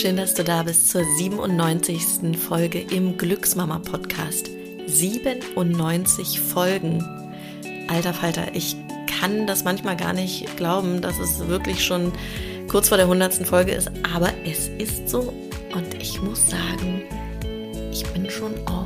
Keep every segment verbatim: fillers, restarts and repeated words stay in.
schön, dass du da bist zur siebenundneunzigsten Folge im Glücksmama-Podcast. siebenundneunzig Folgen. Alter Falter, ich kann das manchmal gar nicht glauben, dass es wirklich schon kurz vor der hundertsten Folge ist, aber es ist so und ich muss sagen, ich bin schon auch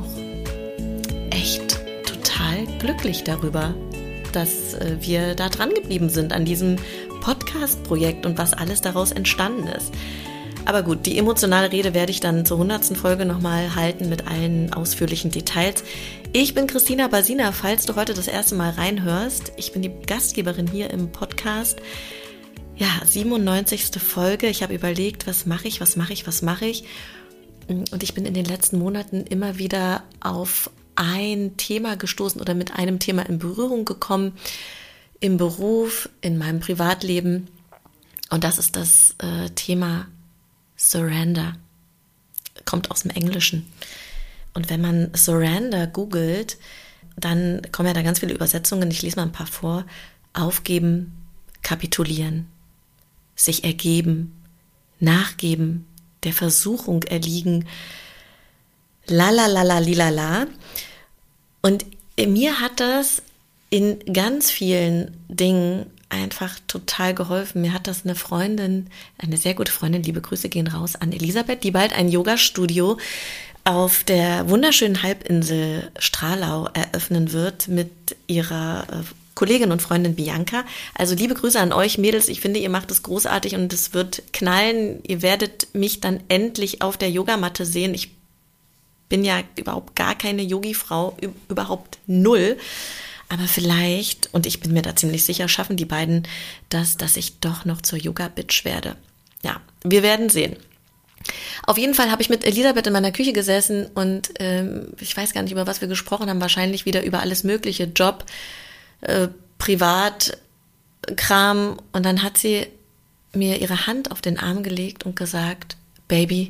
echt total glücklich darüber, dass wir da dran geblieben sind an diesem Podcast-Projekt und was alles daraus entstanden ist. Aber gut, die emotionale Rede werde ich dann zur hundertsten Folge nochmal halten mit allen ausführlichen Details. Ich bin Christina Basina, falls du heute das erste Mal reinhörst. Ich bin die Gastgeberin hier im Podcast. Ja, siebenundneunzigste Folge. Ich habe überlegt, was mache ich, was mache ich, was mache ich. Und ich bin in den letzten Monaten immer wieder auf ein Thema gestoßen oder mit einem Thema in Berührung gekommen. Im Beruf, in meinem Privatleben. Und das ist das äh, Thema Surrender. Kommt aus dem Englischen. Und wenn man Surrender googelt, dann kommen ja da ganz viele Übersetzungen. Ich lese mal ein paar vor. Aufgeben, kapitulieren, sich ergeben, nachgeben, der Versuchung erliegen, lalalala, lilala. Und mir hat das in ganz vielen Dingen einfach total geholfen. Mir hat das eine Freundin, eine sehr gute Freundin, liebe Grüße gehen raus an Elisabeth, die bald ein Yoga-Studio auf der wunderschönen Halbinsel Stralau eröffnen wird mit ihrer Kollegin und Freundin Bianca. Also liebe Grüße an euch Mädels, ich finde, ihr macht es großartig und es wird knallen. Ihr werdet mich dann endlich auf der Yogamatte sehen. Ich bin ja überhaupt gar keine Yogi-Frau, überhaupt null. Aber vielleicht, und ich bin mir da ziemlich sicher, schaffen die beiden das, dass ich doch noch zur Yoga-Bitch werde. Ja, wir werden sehen. Auf jeden Fall habe ich mit Elisabeth in meiner Küche gesessen und ähm, ich weiß gar nicht, über was wir gesprochen haben, wahrscheinlich wieder über alles Mögliche, Job, äh, Privat, Kram. Und dann hat sie mir ihre Hand auf den Arm gelegt und gesagt, Baby,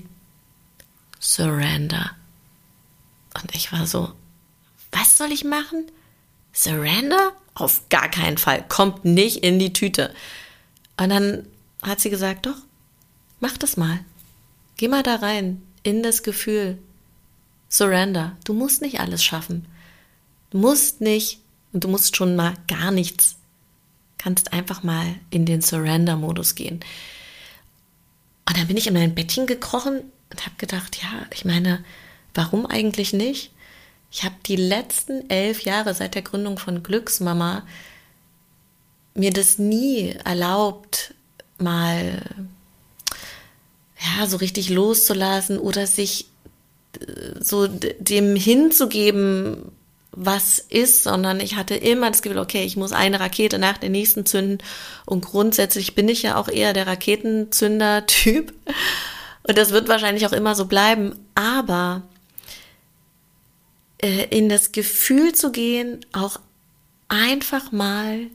surrender. Und ich war so, was soll ich machen? Surrender? Auf gar keinen Fall. Kommt nicht in die Tüte. Und dann hat sie gesagt, doch, mach das mal. Geh mal da rein, in das Gefühl. Surrender. Du musst nicht alles schaffen. Du musst nicht, und du musst schon mal gar nichts. Kannst einfach mal in den Surrender-Modus gehen. Und dann bin ich in mein Bettchen gekrochen und habe gedacht, ja, ich meine, warum eigentlich nicht? Ich habe die letzten elf Jahre seit der Gründung von Glücksmama mir das nie erlaubt, mal ja so richtig loszulassen oder sich so dem hinzugeben, was ist, sondern ich hatte immer das Gefühl, okay, ich muss eine Rakete nach der nächsten zünden und grundsätzlich bin ich ja auch eher der Raketenzünder-Typ und das wird wahrscheinlich auch immer so bleiben, aber in das Gefühl zu gehen, auch einfach mal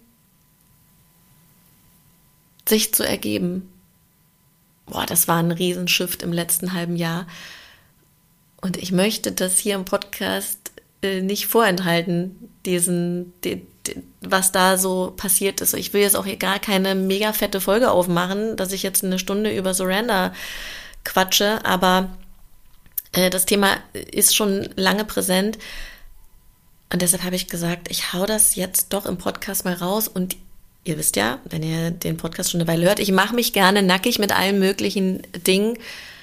sich zu ergeben. Boah, das war ein Riesenshift im letzten halben Jahr. Und ich möchte das hier im Podcast äh, nicht vorenthalten, diesen, die, die, was da so passiert ist. Ich will jetzt auch hier gar keine mega fette Folge aufmachen, dass ich jetzt eine Stunde über Surrender quatsche, aber das Thema ist schon lange präsent und deshalb habe ich gesagt, ich hau das jetzt doch im Podcast mal raus und ihr wisst ja, wenn ihr den Podcast schon eine Weile hört, ich mache mich gerne nackig mit allen möglichen Dingen.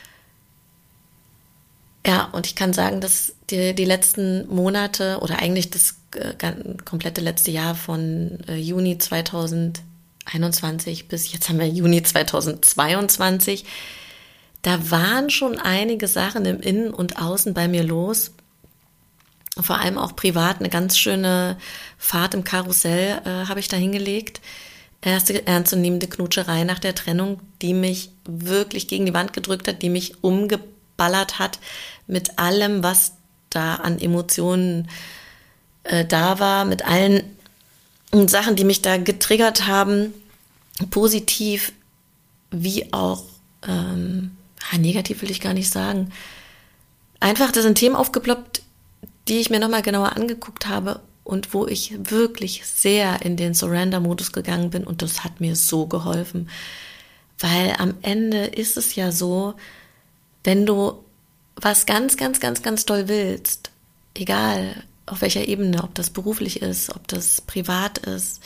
Ja, und ich kann sagen, dass die, die letzten Monate oder eigentlich das äh, komplette letzte Jahr von äh, Juni zweitausendeinundzwanzig bis jetzt haben wir Juni zweitausendzweiundzwanzig, da waren schon einige Sachen im Innen und Außen bei mir los. Vor allem auch privat eine ganz schöne Fahrt im Karussell äh, habe ich da hingelegt. Erste ernstzunehmende Knutscherei nach der Trennung, die mich wirklich gegen die Wand gedrückt hat, die mich umgeballert hat mit allem, was da an Emotionen äh, da war, mit allen Sachen, die mich da getriggert haben, positiv wie auch ähm, negativ will ich gar nicht sagen. Einfach, da sind Themen aufgeploppt, die ich mir nochmal genauer angeguckt habe und wo ich wirklich sehr in den Surrender-Modus gegangen bin und das hat mir so geholfen. Weil am Ende ist es ja so, wenn du was ganz, ganz, ganz, ganz doll willst, egal auf welcher Ebene, ob das beruflich ist, ob das privat ist,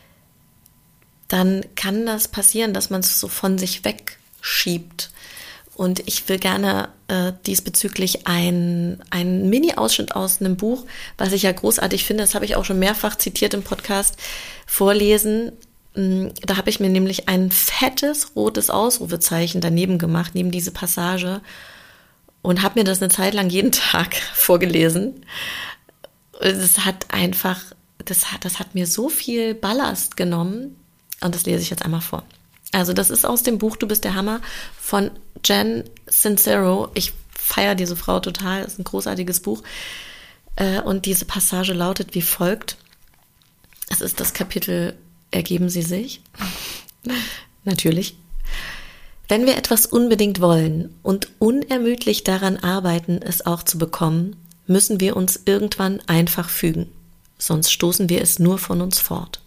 dann kann das passieren, dass man es so von sich wegschiebt. Und ich will gerne äh, diesbezüglich ein, ein Mini-Ausschnitt aus einem Buch, was ich ja großartig finde, das habe ich auch schon mehrfach zitiert im Podcast, vorlesen. Da habe ich mir nämlich ein fettes rotes Ausrufezeichen daneben gemacht, neben diese Passage, und habe mir das eine Zeit lang jeden Tag vorgelesen. Es hat einfach, das hat, das hat mir so viel Ballast genommen, und das lese ich jetzt einmal vor. Also das ist aus dem Buch Du bist der Hammer von Jen Sincero. Ich feiere diese Frau total, das ist ein großartiges Buch. Und diese Passage lautet wie folgt. Es ist das Kapitel Ergeben Sie sich? Natürlich. Wenn wir etwas unbedingt wollen und unermüdlich daran arbeiten, es auch zu bekommen, müssen wir uns irgendwann einfach fügen. Sonst stoßen wir es nur von uns fort.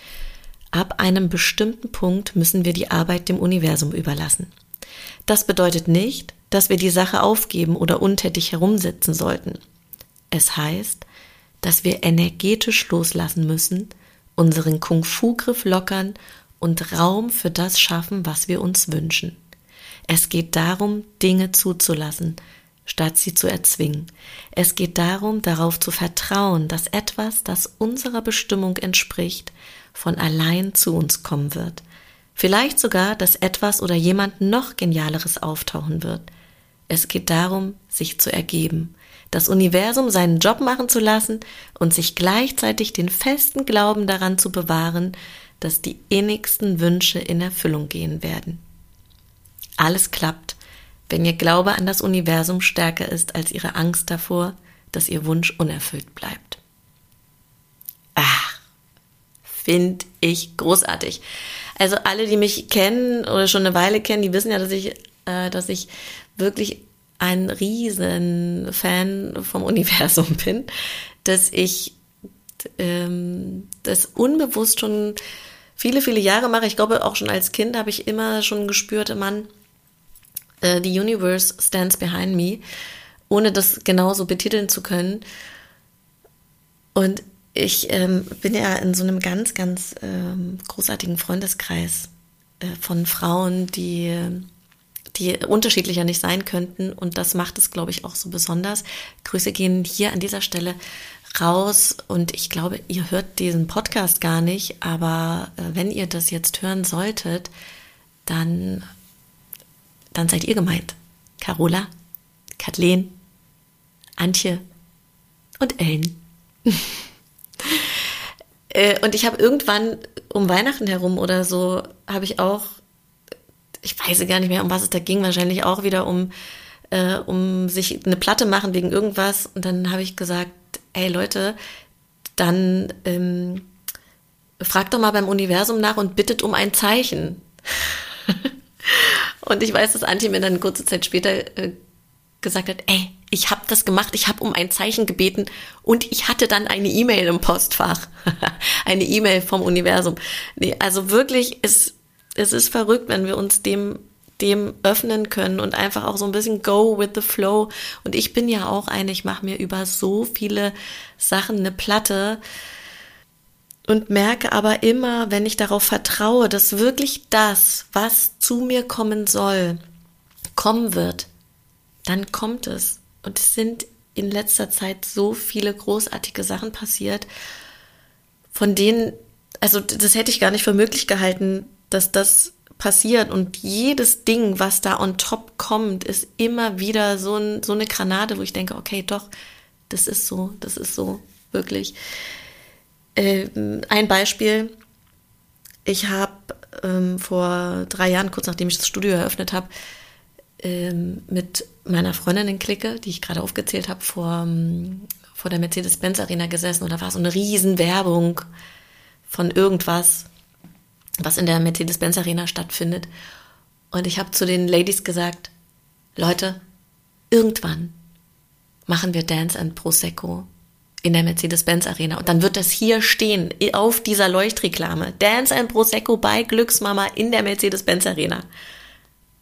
Ab einem bestimmten Punkt müssen wir die Arbeit dem Universum überlassen. Das bedeutet nicht, dass wir die Sache aufgeben oder untätig herumsitzen sollten. Es heißt, dass wir energetisch loslassen müssen, unseren Kung-Fu-Griff lockern und Raum für das schaffen, was wir uns wünschen. Es geht darum, Dinge zuzulassen, statt sie zu erzwingen. Es geht darum, darauf zu vertrauen, dass etwas, das unserer Bestimmung entspricht, von allein zu uns kommen wird. Vielleicht sogar, dass etwas oder jemand noch Genialeres auftauchen wird. Es geht darum, sich zu ergeben, das Universum seinen Job machen zu lassen und sich gleichzeitig den festen Glauben daran zu bewahren, dass die innigsten Wünsche in Erfüllung gehen werden. Alles klappt, wenn Ihr Glaube an das Universum stärker ist als Ihre Angst davor, dass Ihr Wunsch unerfüllt bleibt. Ach, finde ich großartig. Also alle, die mich kennen oder schon eine Weile kennen, die wissen ja, dass ich, äh, dass ich wirklich ein riesen Fan vom Universum bin, dass ich ähm, das unbewusst schon viele, viele Jahre mache. Ich glaube, auch schon als Kind habe ich immer schon gespürt, Mann, äh, the universe stands behind me, ohne das genauso betiteln zu können. Und ich ähm, bin ja in so einem ganz, ganz ähm, großartigen Freundeskreis äh, von Frauen, die die unterschiedlicher nicht sein könnten, und das macht es, glaube ich, auch so besonders. Grüße gehen hier an dieser Stelle raus, und ich glaube, ihr hört diesen Podcast gar nicht, aber äh, wenn ihr das jetzt hören solltet, dann, dann seid ihr gemeint. Carola, Kathleen, Antje und Ellen. äh, und ich habe irgendwann um Weihnachten herum oder so, habe ich auch, ich weiß gar nicht mehr, um was es da ging, wahrscheinlich auch wieder um, äh, um sich eine Platte machen wegen irgendwas. Und dann habe ich gesagt, ey Leute, dann ähm, fragt doch mal beim Universum nach und bittet um ein Zeichen. Und ich weiß, dass Antje mir dann kurze Zeit später äh, gesagt hat, ey, ich habe das gemacht, ich habe um ein Zeichen gebeten und ich hatte dann eine E-Mail im Postfach. Eine E-Mail vom Universum. Nee, also wirklich, es Es ist verrückt, wenn wir uns dem, dem öffnen können und einfach auch so ein bisschen go with the flow. Und ich bin ja auch eine, ich mache mir über so viele Sachen eine Platte und merke aber immer, wenn ich darauf vertraue, dass wirklich das, was zu mir kommen soll, kommen wird, dann kommt es. Und es sind in letzter Zeit so viele großartige Sachen passiert, von denen, also das hätte ich gar nicht für möglich gehalten, dass das passiert, und jedes Ding, was da on top kommt, ist immer wieder so, ein, so eine Granate, wo ich denke, okay, doch, das ist so, das ist so, wirklich. Ähm, ein Beispiel, ich habe ähm, vor drei Jahren, kurz nachdem ich das Studio eröffnet habe, ähm, mit meiner Freundin in Clique, die ich gerade aufgezählt habe, vor, vor der Mercedes-Benz Arena gesessen, und da war so eine riesen Werbung von irgendwas, was in der Mercedes-Benz Arena stattfindet. Und ich habe zu den Ladies gesagt, Leute, irgendwann machen wir Dance and Prosecco in der Mercedes-Benz Arena. Und dann wird das hier stehen, auf dieser Leuchtreklame. Dance and Prosecco bei Glücksmama in der Mercedes-Benz Arena.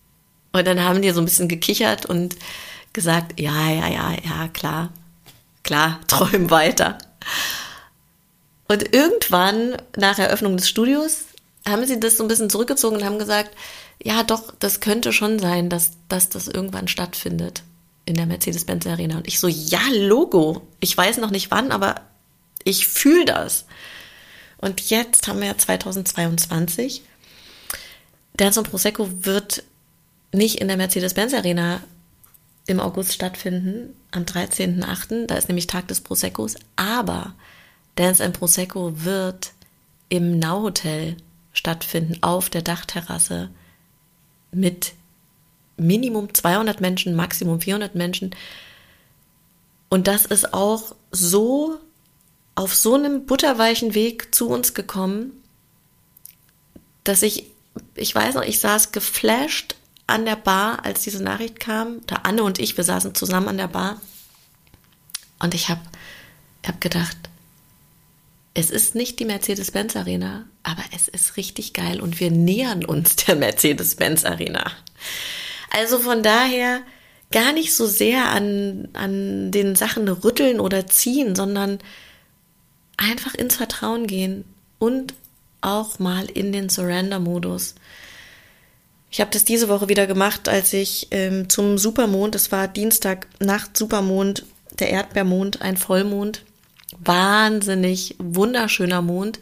Und dann haben die so ein bisschen gekichert und gesagt, ja, ja, ja, ja, klar, klar, träum weiter. Und irgendwann, nach Eröffnung des Studios, haben sie das so ein bisschen zurückgezogen und haben gesagt, ja doch, das könnte schon sein, dass, dass das irgendwann stattfindet in der Mercedes-Benz Arena. Und ich so, ja, Logo. Ich weiß noch nicht wann, aber ich fühle das. Und jetzt haben wir zweitausendzweiundzwanzig. Dance und Prosecco wird nicht in der Mercedes-Benz Arena im August stattfinden, am dreizehnten achten Da ist nämlich Tag des Proseccos. Aber Dance and Prosecco wird im Now Hotel stattfinden, auf der Dachterrasse mit Minimum zweihundert Menschen, Maximum vierhundert Menschen. Und das ist auch so auf so einem butterweichen Weg zu uns gekommen, dass ich, ich weiß noch, ich saß geflasht an der Bar, als diese Nachricht kam. Da Anne und ich, wir saßen zusammen an der Bar. Und ich habe hab gedacht, es ist nicht die Mercedes-Benz Arena, aber es ist richtig geil und wir nähern uns der Mercedes-Benz Arena. Also von daher gar nicht so sehr an, an den Sachen rütteln oder ziehen, sondern einfach ins Vertrauen gehen und auch mal in den Surrender-Modus. Ich habe das diese Woche wieder gemacht, als ich ähm, zum Supermond, es war Dienstagnacht, Supermond, der Erdbeermond, ein Vollmond, wahnsinnig wunderschöner Mond.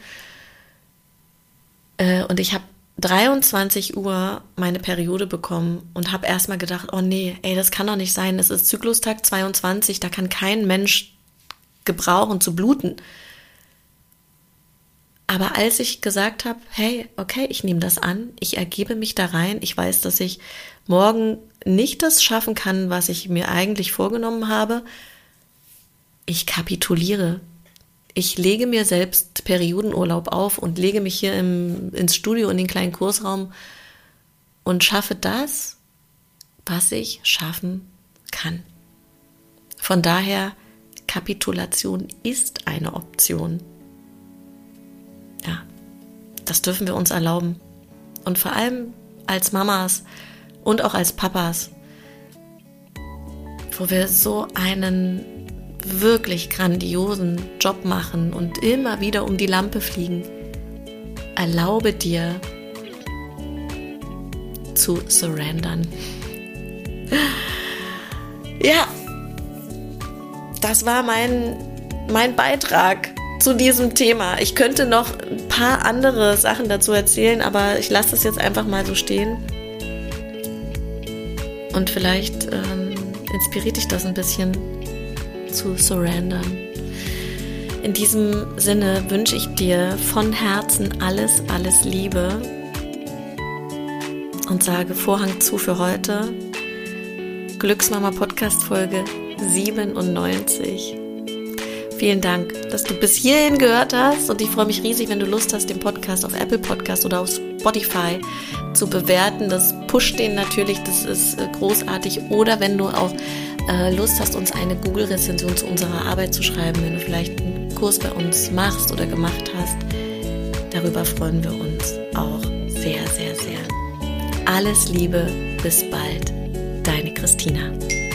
Äh, und ich habe dreiundzwanzig Uhr meine Periode bekommen und habe erstmal gedacht, oh nee, ey, das kann doch nicht sein. Es ist Zyklustag zweiundzwanzig, da kann kein Mensch gebrauchen zu bluten. Aber als ich gesagt habe, hey, okay, ich nehme das an, ich ergebe mich da rein, ich weiß, dass ich morgen nicht das schaffen kann, was ich mir eigentlich vorgenommen habe, ich kapituliere. Ich lege mir selbst Periodenurlaub auf und lege mich hier im, ins Studio in den kleinen Kursraum und schaffe das, was ich schaffen kann. Von daher, Kapitulation ist eine Option. Ja, das dürfen wir uns erlauben. Und vor allem als Mamas und auch als Papas, wo wir so einen wirklich grandiosen Job machen und immer wieder um die Lampe fliegen, erlaube dir zu surrendern. Ja, das war mein, mein Beitrag zu diesem Thema. Ich könnte noch ein paar andere Sachen dazu erzählen, aber ich lasse das jetzt einfach mal so stehen. Und vielleicht ähm, inspiriert dich das ein bisschen zu surrendern. In diesem Sinne wünsche ich dir von Herzen alles, alles Liebe und sage Vorhang zu für heute. Glücksmama Podcast Folge siebenundneunzig. Vielen Dank, dass du bis hierhin gehört hast und ich freue mich riesig, wenn du Lust hast, den Podcast auf Apple Podcast oder auf Spotify zu bewerten. Das pusht den natürlich, das ist großartig. Oder wenn du auch äh, Lust hast, uns eine Google-Rezension zu unserer Arbeit zu schreiben, wenn du vielleicht einen Kurs bei uns machst oder gemacht hast, darüber freuen wir uns auch sehr, sehr, sehr. Alles Liebe, bis bald, deine Christina.